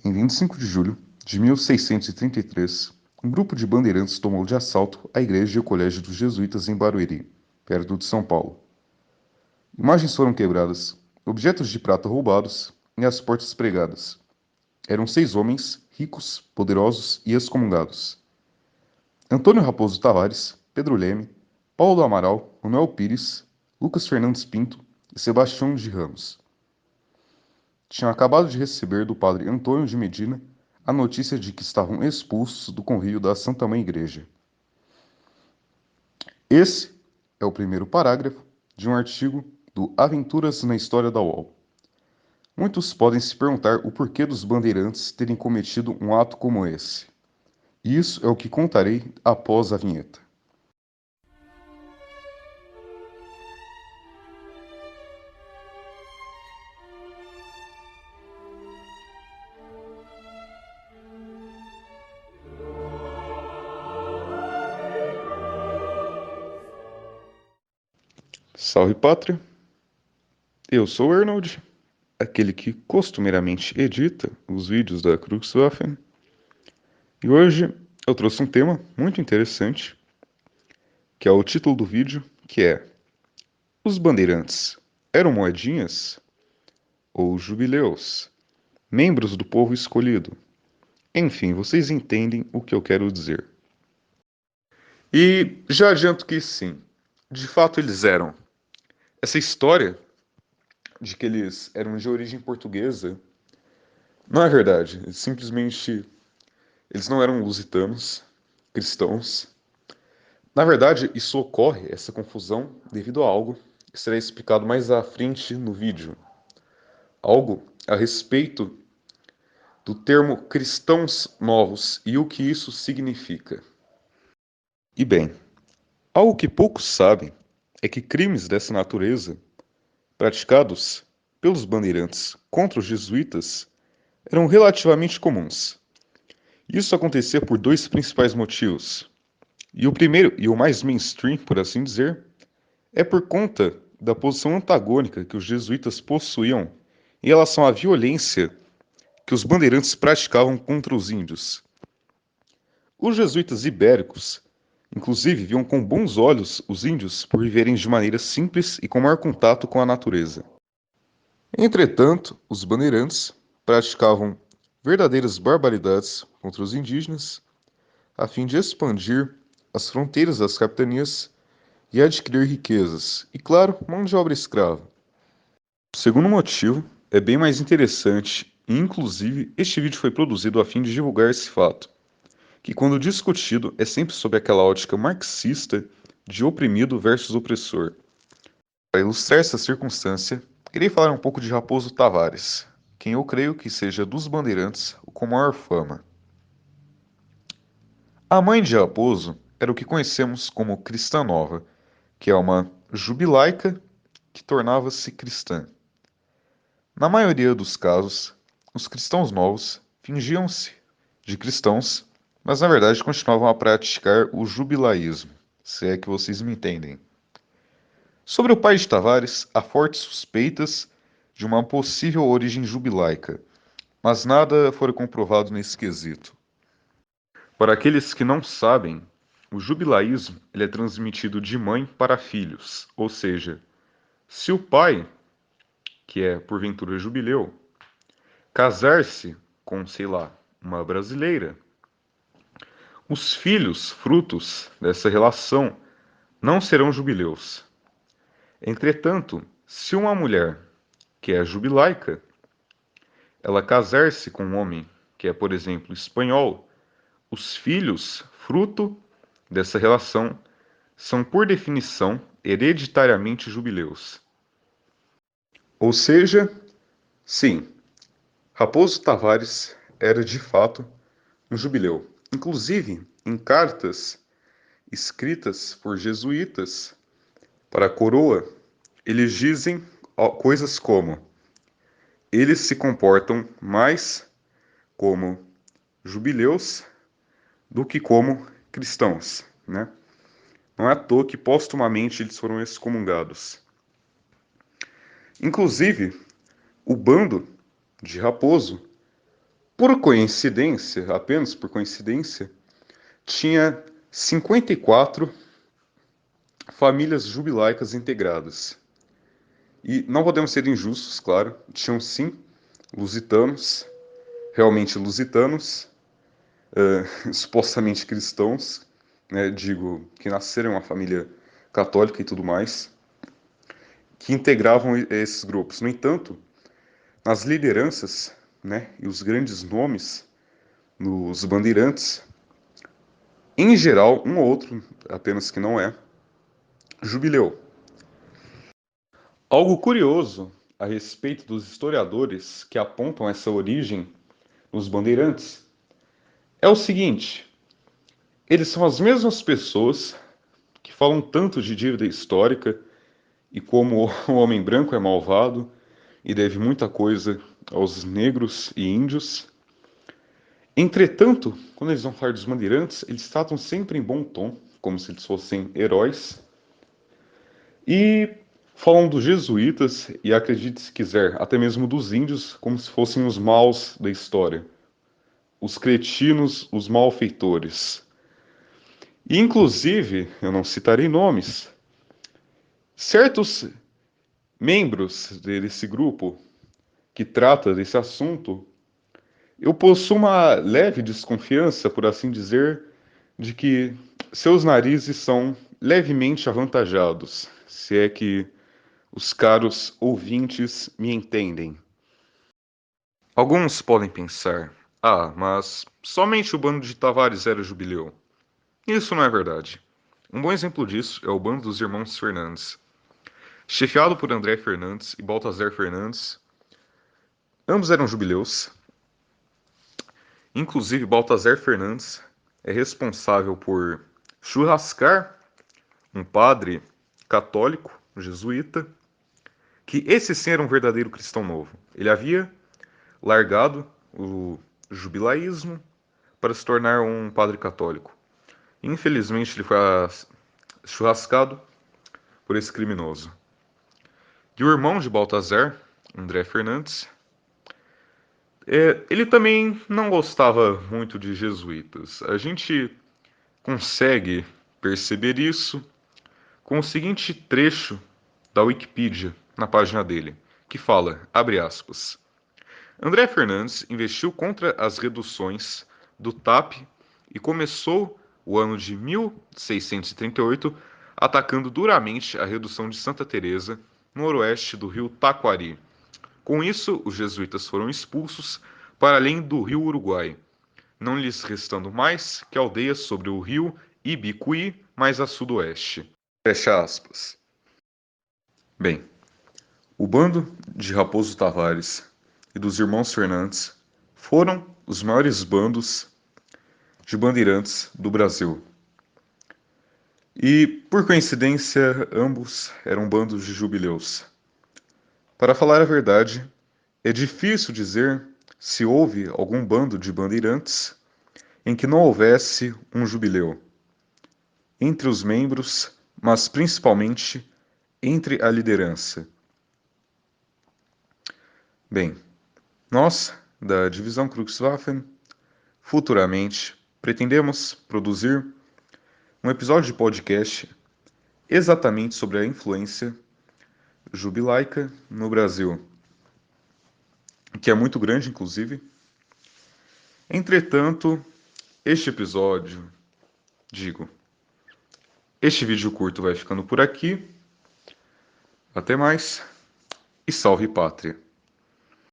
Em 25 de julho de 1633, um grupo de bandeirantes tomou de assalto a igreja e o colégio dos jesuítas em Barueri, perto de São Paulo. Imagens foram quebradas, objetos de prata roubados e as portas pregadas. Eram 6 homens, ricos, poderosos e excomungados. Antônio Raposo Tavares, Pedro Leme, Paulo do Amaral, Manuel Pires, Lucas Fernandes Pinto e Sebastião de Ramos. Tinham acabado de receber do padre Antônio de Medina a notícia de que estavam expulsos do convívio da Santa Mãe Igreja. Esse é o primeiro parágrafo de um artigo do Aventuras na História da UOL. Muitos podem se perguntar o porquê dos bandeirantes terem cometido um ato como esse. E isso é o que contarei após a vinheta. Salve pátria! Eu sou o Arnold, aquele que costumeiramente edita os vídeos da Cruxwaffen. E hoje eu trouxe um tema muito interessante, que é o título do vídeo, que é: Os bandeirantes eram moedinhas ou jubileus, membros do povo escolhido? Enfim, vocês entendem o que eu quero dizer. E já adianto que sim, de fato eles eram. Essa história de que eles eram de origem portuguesa não é verdade. Eles não eram lusitanos, cristãos. Na verdade, isso ocorre, essa confusão, devido a algo que será explicado mais à frente no vídeo. Algo a respeito do termo cristãos novos e o que isso significa. E bem, algo que poucos sabem é que crimes dessa natureza, praticados pelos bandeirantes contra os jesuítas, eram relativamente comuns. Isso acontecia por dois principais motivos. E o primeiro, e o mais mainstream, por assim dizer, é por conta da posição antagônica que os jesuítas possuíam em relação à violência que os bandeirantes praticavam contra os índios. Os jesuítas ibéricos, inclusive, viam com bons olhos os índios por viverem de maneira simples e com maior contato com a natureza. Entretanto, os bandeirantes praticavam verdadeiras barbaridades contra os indígenas a fim de expandir as fronteiras das capitanias e adquirir riquezas e, claro, mão de obra escrava. O segundo motivo é bem mais interessante e, inclusive, este vídeo foi produzido a fim de divulgar esse fato, que quando discutido é sempre sob aquela ótica marxista de oprimido versus opressor. Para ilustrar essa circunstância, irei falar um pouco de Raposo Tavares, quem eu creio que seja dos bandeirantes o com maior fama. A mãe de Raposo era o que conhecemos como Cristã Nova, que é uma jubilaica que tornava-se cristã. Na maioria dos casos, os cristãos novos fingiam-se de cristãos, mas na verdade continuavam a praticar o jubilaísmo, se é que vocês me entendem. Sobre o pai de Tavares, há fortes suspeitas de uma possível origem jubilaica, mas nada foi comprovado nesse quesito. Para aqueles que não sabem, o jubilaísmo ele é transmitido de mãe para filhos, ou seja, se o pai, que é porventura jubileu, casar-se com, sei lá, uma brasileira, os filhos, frutos dessa relação, não serão jubileus. Entretanto, se uma mulher que é jubilaica, ela casar-se com um homem que é, por exemplo, espanhol, os filhos, fruto dessa relação, são, por definição, hereditariamente jubileus. Ou seja, sim, Raposo Tavares era de fato um jubileu. Inclusive, em cartas escritas por jesuítas para a coroa, eles dizem coisas como: eles se comportam mais como jubileus do que como cristãos, né? Não é à toa que postumamente eles foram excomungados. Inclusive, o bando de Raposo Por coincidência, apenas por coincidência, tinha 54 famílias jubilaicas integradas. E não podemos ser injustos, claro, tinham sim lusitanos, realmente lusitanos, supostamente cristãos, né, digo, que nasceram em uma família católica e tudo mais, que integravam esses grupos. No entanto, nas lideranças, né, e os grandes nomes nos bandeirantes, em geral, um ou outro, apenas que não é, jubileu. Algo curioso a respeito dos historiadores que apontam essa origem nos bandeirantes é o seguinte: eles são as mesmas pessoas que falam tanto de dívida histórica e como o homem branco é malvado e deve muita coisa aos negros e índios. Entretanto, quando eles vão falar dos bandeirantes, eles tratam sempre em bom tom, como se eles fossem heróis. E falam dos jesuítas e, acredite se quiser, até mesmo dos índios, como se fossem os maus da história, os cretinos, os malfeitores. E, inclusive, eu não citarei nomes, certos membros desse grupo que trata desse assunto, eu possuo uma leve desconfiança, por assim dizer, de que seus narizes são levemente avantajados, se é que os caros ouvintes me entendem. Alguns podem pensar, mas somente o bando de Tavares era jubileu. Isso não é verdade. Um bom exemplo disso é o bando dos irmãos Fernandes. Chefiado por André Fernandes e Baltazar Fernandes, ambos eram jubileus. Inclusive, Baltazar Fernandes é responsável por churrascar um padre católico, jesuíta, que esse sim era um verdadeiro cristão novo. Ele havia largado o jubilaísmo para se tornar um padre católico. Infelizmente, ele foi churrascado por esse criminoso. E o irmão de Baltazar, André Fernandes, ele também não gostava muito de jesuítas. A gente consegue perceber isso com o seguinte trecho da Wikipedia na página dele, que fala, abre aspas, André Fernandes investiu contra as reduções do TAP e começou o ano de 1638 atacando duramente a redução de Santa Teresa no noroeste do rio Taquari. Com isso, os jesuítas foram expulsos para além do rio Uruguai, não lhes restando mais que aldeias sobre o rio Ibicuí, mais a sudoeste. Fecha aspas. Bem, o bando de Raposo Tavares e dos irmãos Fernandes foram os maiores bandos de bandeirantes do Brasil. E, por coincidência, ambos eram bandos de jubileus. Para falar a verdade, é difícil dizer se houve algum bando de bandeirantes em que não houvesse um jubileu entre os membros, mas principalmente entre a liderança. Bem, nós, da Divisão Kriegswaffen, futuramente pretendemos produzir um episódio de podcast exatamente sobre a influência jubilaica no Brasil, que é muito grande, inclusive. Entretanto, este episódio, digo, este vídeo curto vai ficando por aqui. Até mais e salve pátria!